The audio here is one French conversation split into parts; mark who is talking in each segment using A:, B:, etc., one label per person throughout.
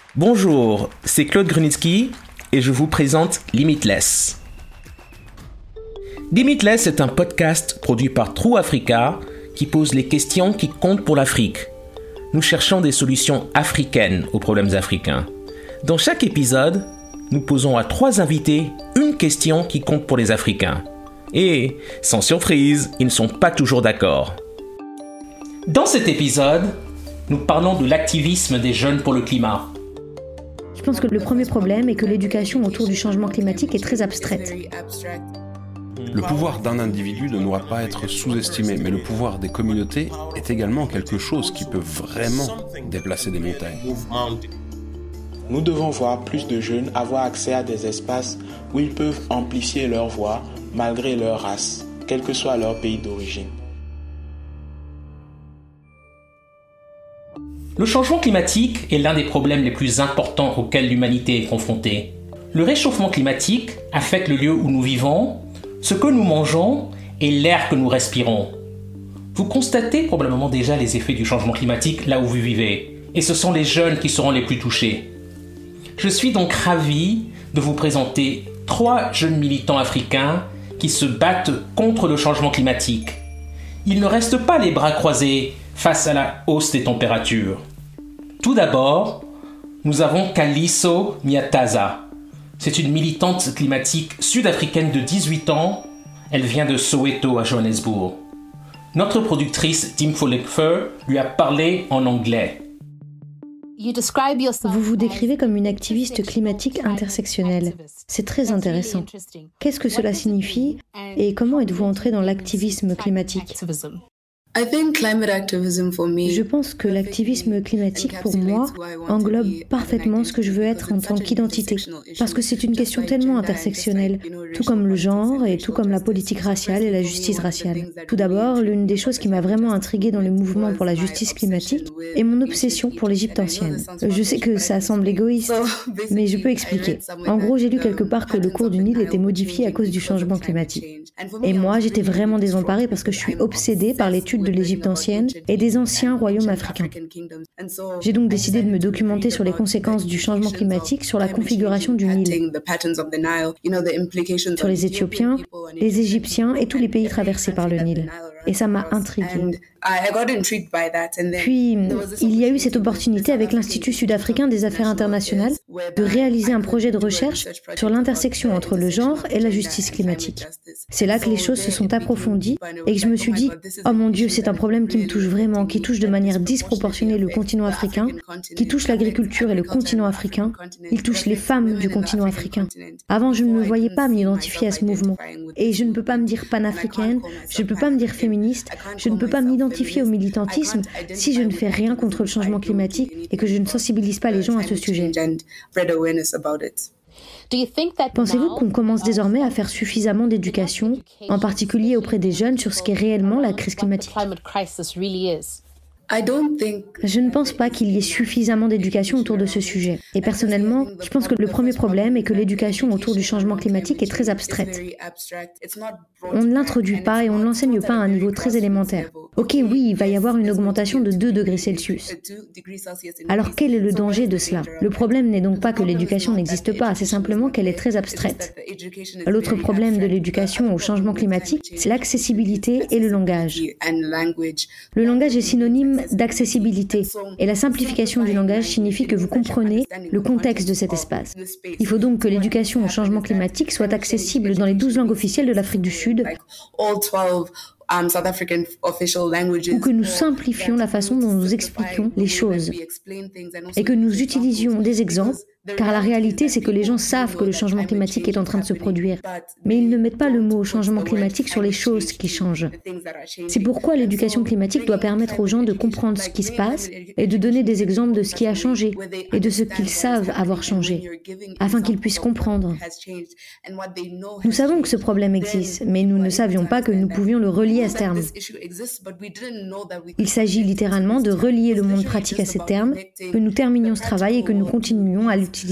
A: Bonjour, c'est Claude Grunitzky et je vous présente Limitless. Limitless est un podcast produit par True Africa qui pose les questions qui comptent pour l'Afrique. Nous cherchons des solutions africaines aux problèmes africains. Dans chaque épisode, nous posons à 3 invités une question qui compte pour les Africains. Et, sans surprise, ils ne sont pas toujours d'accord. Dans cet épisode, nous parlons de l'activisme des jeunes pour le climat.
B: Je pense que le premier problème est que l'éducation autour du changement climatique est très abstraite.
C: Le pouvoir d'un individu ne doit pas être sous-estimé, mais le pouvoir des communautés est également quelque chose qui peut vraiment déplacer des montagnes.
D: Nous devons voir plus de jeunes avoir accès à des espaces où ils peuvent amplifier leur voix malgré leur race, quel que soit leur pays d'origine.
A: Le changement climatique est l'un des problèmes les plus importants auxquels l'humanité est confrontée. Le réchauffement climatique affecte le lieu où nous vivons, ce que nous mangeons et l'air que nous respirons. Vous constatez probablement déjà les effets du changement climatique là où vous vivez, et ce sont les jeunes qui seront les plus touchés. Je suis donc ravi de vous présenter 3 jeunes militants africains qui se battent contre le changement climatique. Ils ne restent pas les bras croisés face à la hausse des températures. Tout d'abord, nous avons Kaliso Nyataza. C'est une militante climatique sud-africaine de 18 ans. Elle vient de Soweto à Johannesburg. Notre productrice Dimfo Lekfer lui a parlé en anglais.
B: Vous vous décrivez comme une activiste climatique intersectionnelle. C'est très intéressant. Qu'est-ce que cela signifie et comment êtes-vous entré dans l'activisme climatique ? Je pense que l'activisme climatique, pour moi, englobe parfaitement ce que je veux être en tant qu'identité, parce que c'est une question tellement intersectionnelle, tout comme le genre et tout comme la politique raciale et la justice raciale. Tout d'abord, l'une des choses qui m'a vraiment intriguée dans le mouvement pour la justice climatique est mon obsession pour l'Égypte ancienne. Je sais que ça semble égoïste, mais je peux expliquer. En gros, j'ai lu quelque part que le cours du Nil était modifié à cause du changement climatique. Et moi, j'étais vraiment désemparée parce que je suis obsédée par l'étude de l'Égypte ancienne et des anciens royaumes africains. J'ai donc décidé de me documenter sur les conséquences du changement climatique sur la configuration du Nil, sur les Éthiopiens, les Égyptiens et tous les pays traversés par le Nil. Et ça m'a intriguée. Puis, il y a eu cette opportunité avec l'Institut sud-africain des affaires internationales de réaliser un projet de recherche sur l'intersection entre le genre et la justice climatique. C'est là que les choses se sont approfondies et que je me suis dit « Oh mon Dieu, c'est un problème qui me touche vraiment, qui touche de manière disproportionnée le continent africain, qui touche l'agriculture et le continent africain, il touche les femmes du continent africain. » Avant, je ne me voyais pas m'identifier à ce mouvement. Et je ne peux pas me dire panafricaine, je ne peux pas me dire féministe, je ne peux pas m'identifier au militantisme si je ne fais rien contre le changement climatique et que je ne sensibilise pas les gens à ce sujet. Pensez-vous qu'on commence désormais à faire suffisamment d'éducation, en particulier auprès des jeunes, sur ce qu'est réellement la crise climatique ? Je ne pense pas qu'il y ait suffisamment d'éducation autour de ce sujet. Et personnellement, je pense que le premier problème est que l'éducation autour du changement climatique est très abstraite. On ne l'introduit pas et on ne l'enseigne pas à un niveau très élémentaire. Ok, oui, il va y avoir une augmentation de 2 degrés Celsius. Alors quel est le danger de cela ? Le problème n'est donc pas que l'éducation n'existe pas, c'est simplement qu'elle est très abstraite. L'autre problème de l'éducation au changement climatique, c'est l'accessibilité et le langage. Le langage est synonyme d'accessibilité et la simplification du langage signifie que vous comprenez le contexte de cet espace. Il faut donc que l'éducation au changement climatique soit accessible dans les 12 langues officielles de l'Afrique du Sud ou que nous simplifions la façon dont nous expliquons les choses et que nous utilisions des exemples, car la réalité c'est que les gens savent que le changement climatique est en train de se produire, mais ils ne mettent pas le mot changement climatique sur les choses qui changent. C'est pourquoi l'éducation climatique doit permettre aux gens de comprendre ce qui se passe et de donner des exemples de ce qui a changé et de ce qu'ils savent avoir changé, afin qu'ils puissent comprendre. Nous savons que ce problème existe, mais nous ne savions pas que nous pouvions le relier à ce terme. Il s'agit littéralement de relier le monde pratique à ces termes, que nous terminions ce travail et que nous continuions à l'utiliser.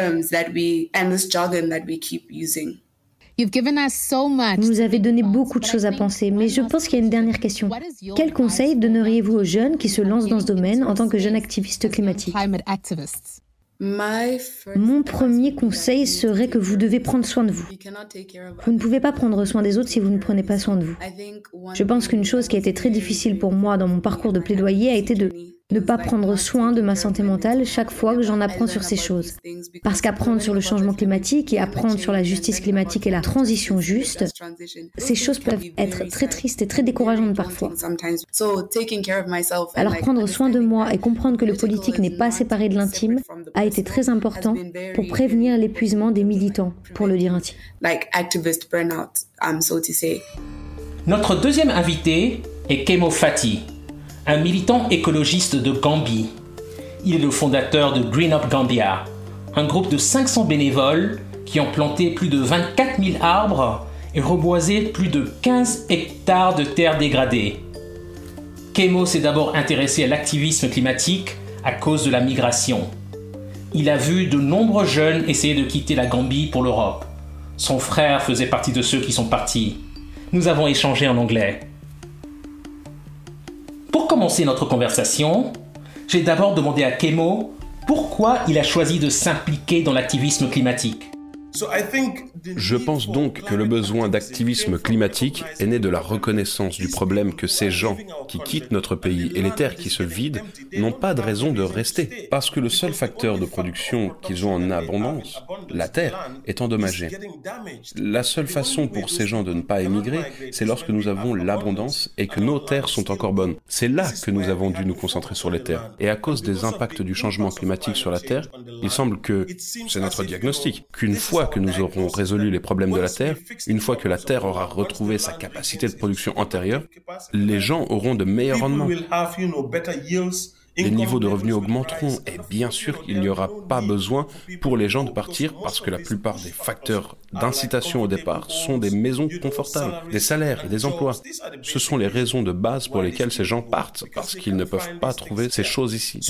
B: Vous nous avez donné beaucoup de choses à penser, mais je pense qu'il y a une dernière question. Quel conseil donneriez-vous aux jeunes qui se lancent dans ce domaine en tant que jeunes activistes climatiques ? Mon premier conseil serait que vous devez prendre soin de vous. Vous ne pouvez pas prendre soin des autres si vous ne prenez pas soin de vous. Je pense qu'une chose qui a été très difficile pour moi dans mon parcours de plaidoyer a été de ne pas prendre soin de ma santé mentale chaque fois que j'en apprends sur ces choses. Parce qu'apprendre sur le changement climatique et apprendre sur la justice climatique et la transition juste, ces choses peuvent être très tristes et très décourageantes parfois. Alors prendre soin de moi et comprendre que le politique n'est pas séparé de l'intime a été très important pour prévenir l'épuisement des militants, pour le dire ainsi.
A: Notre deuxième invité est Kemo Fati, un militant écologiste de Gambie. Il est le fondateur de Green Up Gambia, un groupe de 500 bénévoles qui ont planté plus de 24 000 arbres et reboisé plus de 15 hectares de terres dégradées. Kemo s'est d'abord intéressé à l'activisme climatique à cause de la migration. Il a vu de nombreux jeunes essayer de quitter la Gambie pour l'Europe. Son frère faisait partie de ceux qui sont partis. Nous avons échangé en anglais. Pour commencer notre conversation, j'ai d'abord demandé à Kemo pourquoi il a choisi de s'impliquer dans l'activisme climatique.
C: Je pense donc que le besoin d'activisme climatique est né de la reconnaissance du problème que ces gens qui quittent notre pays et les terres qui se vident n'ont pas de raison de rester, parce que le seul facteur de production qu'ils ont en abondance, la terre, est endommagée. La seule façon pour ces gens de ne pas émigrer, c'est lorsque nous avons l'abondance et que nos terres sont encore bonnes. C'est là que nous avons dû nous concentrer sur les terres. Et à cause des impacts du changement climatique sur la terre, il semble que, c'est notre diagnostic, qu'une fois que nous aurons résolu les problèmes de la Terre, une fois que la Terre aura retrouvé sa capacité de production antérieure, les gens auront de meilleurs rendements. Les niveaux de revenus augmenteront et bien sûr qu'il n'y aura pas besoin pour les gens de partir parce que la plupart des facteurs d'incitation au départ sont des maisons confortables, des salaires et des emplois. Ce sont les raisons de base pour lesquelles ces gens partent parce qu'ils ne peuvent pas trouver ces choses ici.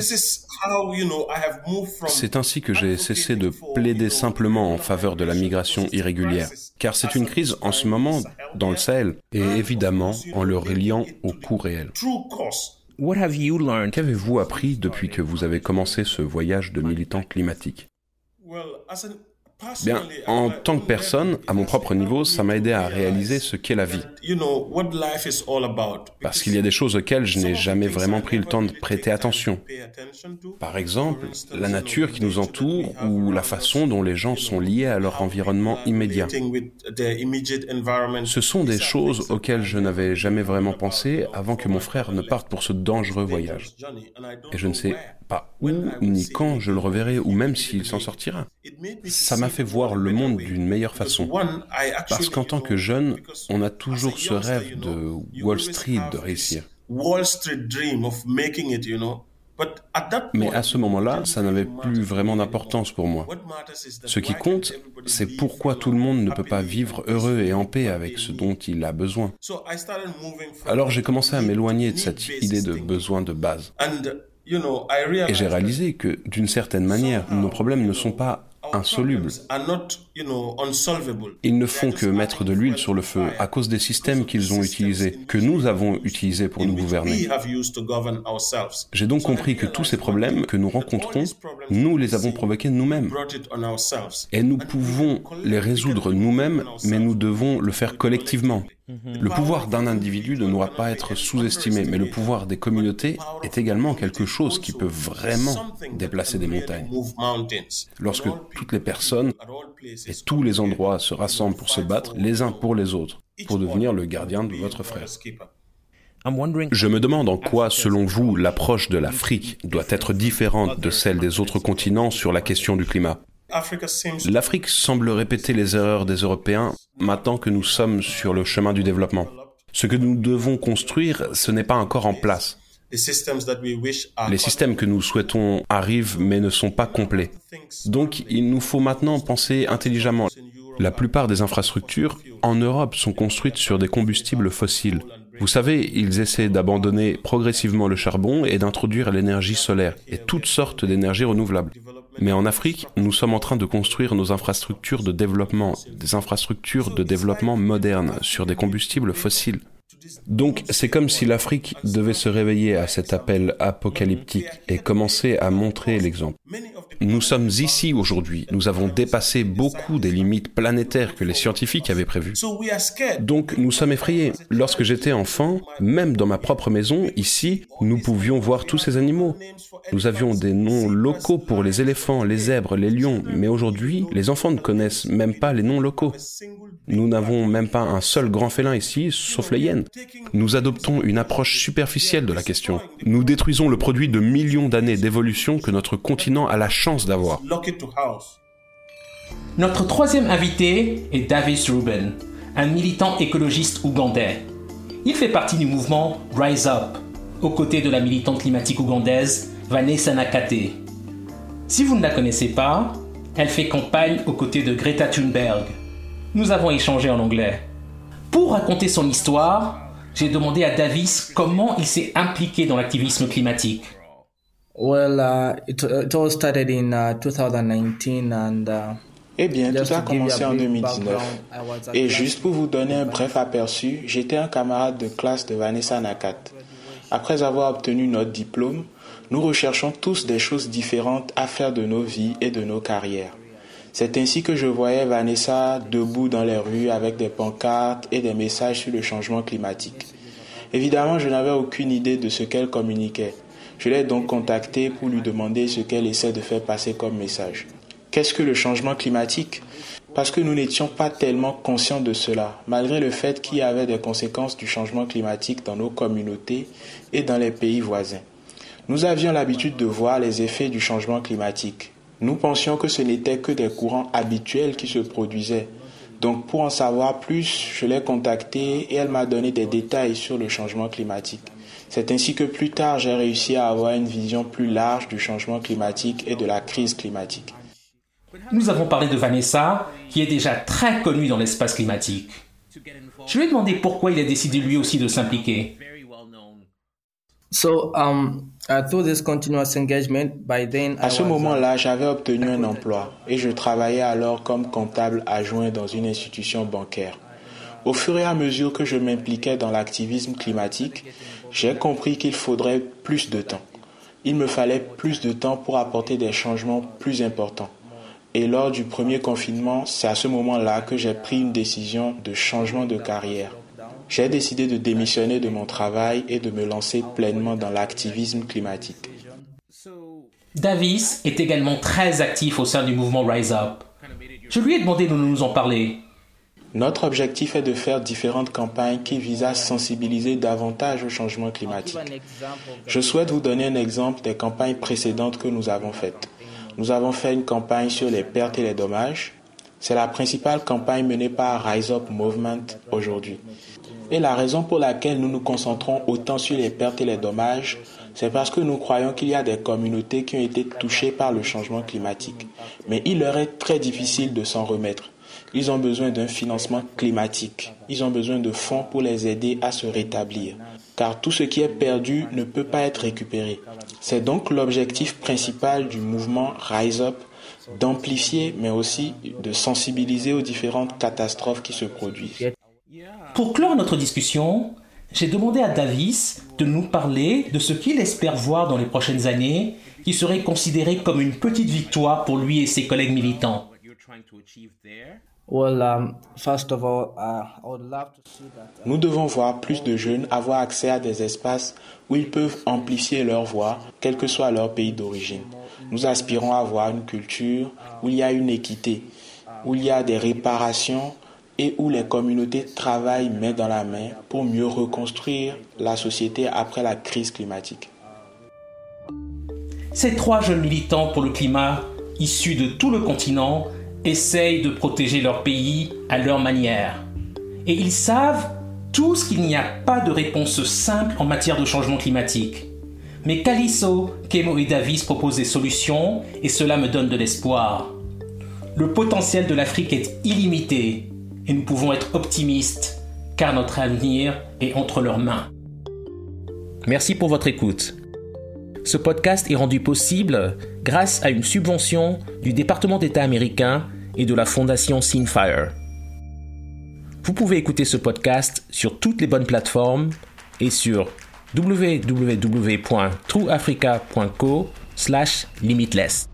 C: C'est ainsi que j'ai cessé de plaider simplement en faveur de la migration irrégulière, car c'est une crise en ce moment dans le Sahel et évidemment en le reliant au coût réel. Qu'avez-vous appris depuis que vous avez commencé ce voyage de militant climatique ? Bien, en tant que personne, à mon propre niveau, ça m'a aidé à réaliser ce qu'est la vie. Parce qu'il y a des choses auxquelles je n'ai jamais vraiment pris le temps de prêter attention. Par exemple, la nature qui nous entoure ou la façon dont les gens sont liés à leur environnement immédiat. Ce sont des choses auxquelles je n'avais jamais vraiment pensé avant que mon frère ne parte pour ce dangereux voyage. Et je ne sais pas où ni quand je le reverrai ou même s'il s'en sortira. Ça m'a fait voir le monde d'une meilleure façon. Parce qu'en tant que jeune, on a toujours ce rêve de Wall Street de réussir. Mais à ce moment-là, ça n'avait plus vraiment d'importance pour moi. Ce qui compte, c'est pourquoi tout le monde ne peut pas vivre heureux et en paix avec ce dont il a besoin. Alors j'ai commencé à m'éloigner de cette idée de besoin de base. Et j'ai réalisé que, d'une certaine manière, nos problèmes ne sont pas insolubles. Ils ne font que mettre de l'huile sur le feu à cause des systèmes qu'ils ont utilisés, que nous avons utilisés pour nous gouverner. J'ai donc compris que tous ces problèmes que nous rencontrons, nous les avons provoqués nous-mêmes. Et nous pouvons les résoudre nous-mêmes, mais nous devons le faire collectivement. Le pouvoir d'un individu ne doit pas être sous-estimé, mais le pouvoir des communautés est également quelque chose qui peut vraiment déplacer des montagnes. Lorsque toutes les personnes et tous les endroits se rassemblent pour se battre les uns pour les autres, pour devenir le gardien de votre frère. Je me demande en quoi, selon vous, l'approche de l'Afrique doit être différente de celle des autres continents sur la question du climat. L'Afrique semble répéter les erreurs des Européens maintenant que nous sommes sur le chemin du développement. Ce que nous devons construire, ce n'est pas encore en place. Les systèmes que nous souhaitons arrivent mais ne sont pas complets. Donc il nous faut maintenant penser intelligemment. La plupart des infrastructures en Europe sont construites sur des combustibles fossiles. Vous savez, ils essaient d'abandonner progressivement le charbon et d'introduire l'énergie solaire et toutes sortes d'énergies renouvelables. Mais en Afrique, nous sommes en train de construire nos infrastructures de développement, des infrastructures de développement modernes sur des combustibles fossiles. Donc, c'est comme si l'Afrique devait se réveiller à cet appel apocalyptique et commencer à montrer l'exemple. Nous sommes ici aujourd'hui. Nous avons dépassé beaucoup des limites planétaires que les scientifiques avaient prévues. Donc nous sommes effrayés. Lorsque j'étais enfant, même dans ma propre maison, ici, nous pouvions voir tous ces animaux. Nous avions des noms locaux pour les éléphants, les zèbres, les lions, mais aujourd'hui, les enfants ne connaissent même pas les noms locaux. Nous n'avons même pas un seul grand félin ici, sauf les hyènes. Nous adoptons une approche superficielle de la question. Nous détruisons le produit de millions d'années d'évolution que notre continent a la chance d'avoir.
A: Notre troisième invité est Davis Rubin, un militant écologiste ougandais. Il fait partie du mouvement Rise Up, aux côtés de la militante climatique ougandaise Vanessa Nakate. Si vous ne la connaissez pas, elle fait campagne aux côtés de Greta Thunberg. Nous avons échangé en anglais. Pour raconter son histoire, j'ai demandé à Davis comment il s'est impliqué dans l'activisme climatique.
E: It all started in 2019 and
D: Eh bien, tout a commencé en 2019. Et juste pour vous donner un bref aperçu, j'étais un camarade de classe de Vanessa Nakate. Après avoir obtenu notre diplôme, nous recherchons tous des choses différentes à faire de nos vies et de nos carrières. C'est ainsi que je voyais Vanessa debout dans les rues avec des pancartes et des messages sur le changement climatique. Évidemment, je n'avais aucune idée de ce qu'elle communiquait. Je l'ai donc contactée pour lui demander ce qu'elle essaie de faire passer comme message. Qu'est-ce que le changement climatique ? Parce que nous n'étions pas tellement conscients de cela, malgré le fait qu'il y avait des conséquences du changement climatique dans nos communautés et dans les pays voisins. Nous avions l'habitude de voir les effets du changement climatique. Nous pensions que ce n'étaient que des courants habituels qui se produisaient. Donc pour en savoir plus, je l'ai contactée et elle m'a donné des détails sur le changement climatique. C'est ainsi que plus tard, j'ai réussi à avoir une vision plus large du changement climatique et de la crise climatique.
A: Nous avons parlé de Vanessa, qui est déjà très connue dans l'espace climatique. Je lui ai demandé pourquoi il a décidé lui aussi de s'impliquer.
D: À ce moment-là, j'avais obtenu un emploi et je travaillais alors comme comptable adjoint dans une institution bancaire. Au fur et à mesure que je m'impliquais dans l'activisme climatique, j'ai compris qu'il faudrait plus de temps. Il me fallait plus de temps pour apporter des changements plus importants. Et lors du premier confinement, c'est à ce moment-là que j'ai pris une décision de changement de carrière. J'ai décidé de démissionner de mon travail et de me lancer pleinement dans l'activisme climatique.
A: Davis est également très actif au sein du mouvement Rise Up. Je lui ai demandé de nous en parler.
D: Notre objectif est de faire différentes campagnes qui visent à sensibiliser davantage au changement climatique. Je souhaite vous donner un exemple des campagnes précédentes que nous avons faites. Nous avons fait une campagne sur les pertes et les dommages. C'est la principale campagne menée par Rise Up Movement aujourd'hui. Et la raison pour laquelle nous nous concentrons autant sur les pertes et les dommages, c'est parce que nous croyons qu'il y a des communautés qui ont été touchées par le changement climatique. Mais il leur est très difficile de s'en remettre. Ils ont besoin d'un financement climatique. Ils ont besoin de fonds pour les aider à se rétablir. Car tout ce qui est perdu ne peut pas être récupéré. C'est donc l'objectif principal du mouvement Rise Up, d'amplifier mais aussi de sensibiliser aux différentes catastrophes qui se produisent.
A: Pour clore notre discussion, j'ai demandé à Davis de nous parler de ce qu'il espère voir dans les prochaines années qui serait considéré comme une petite victoire pour lui et ses collègues militants.
D: Nous devons voir plus de jeunes avoir accès à des espaces où ils peuvent amplifier leur voix, quel que soit leur pays d'origine. Nous aspirons à avoir une culture où il y a une équité, où il y a des réparations et où les communautés travaillent main dans la main pour mieux reconstruire la société après la crise climatique.
A: Ces 3 jeunes militants pour le climat, issus de tout le continent, essayent de protéger leur pays à leur manière. Et ils savent tous qu'il n'y a pas de réponse simple en matière de changement climatique. Mais Calisso, Kemo et Davis proposent des solutions et cela me donne de l'espoir. Le potentiel de l'Afrique est illimité et nous pouvons être optimistes car notre avenir est entre leurs mains. Merci pour votre écoute. Ce podcast est rendu possible grâce à une subvention du département d'État américain et de la fondation Seenfire. Vous pouvez écouter ce podcast sur toutes les bonnes plateformes et sur www.trueafrica.co/limitless.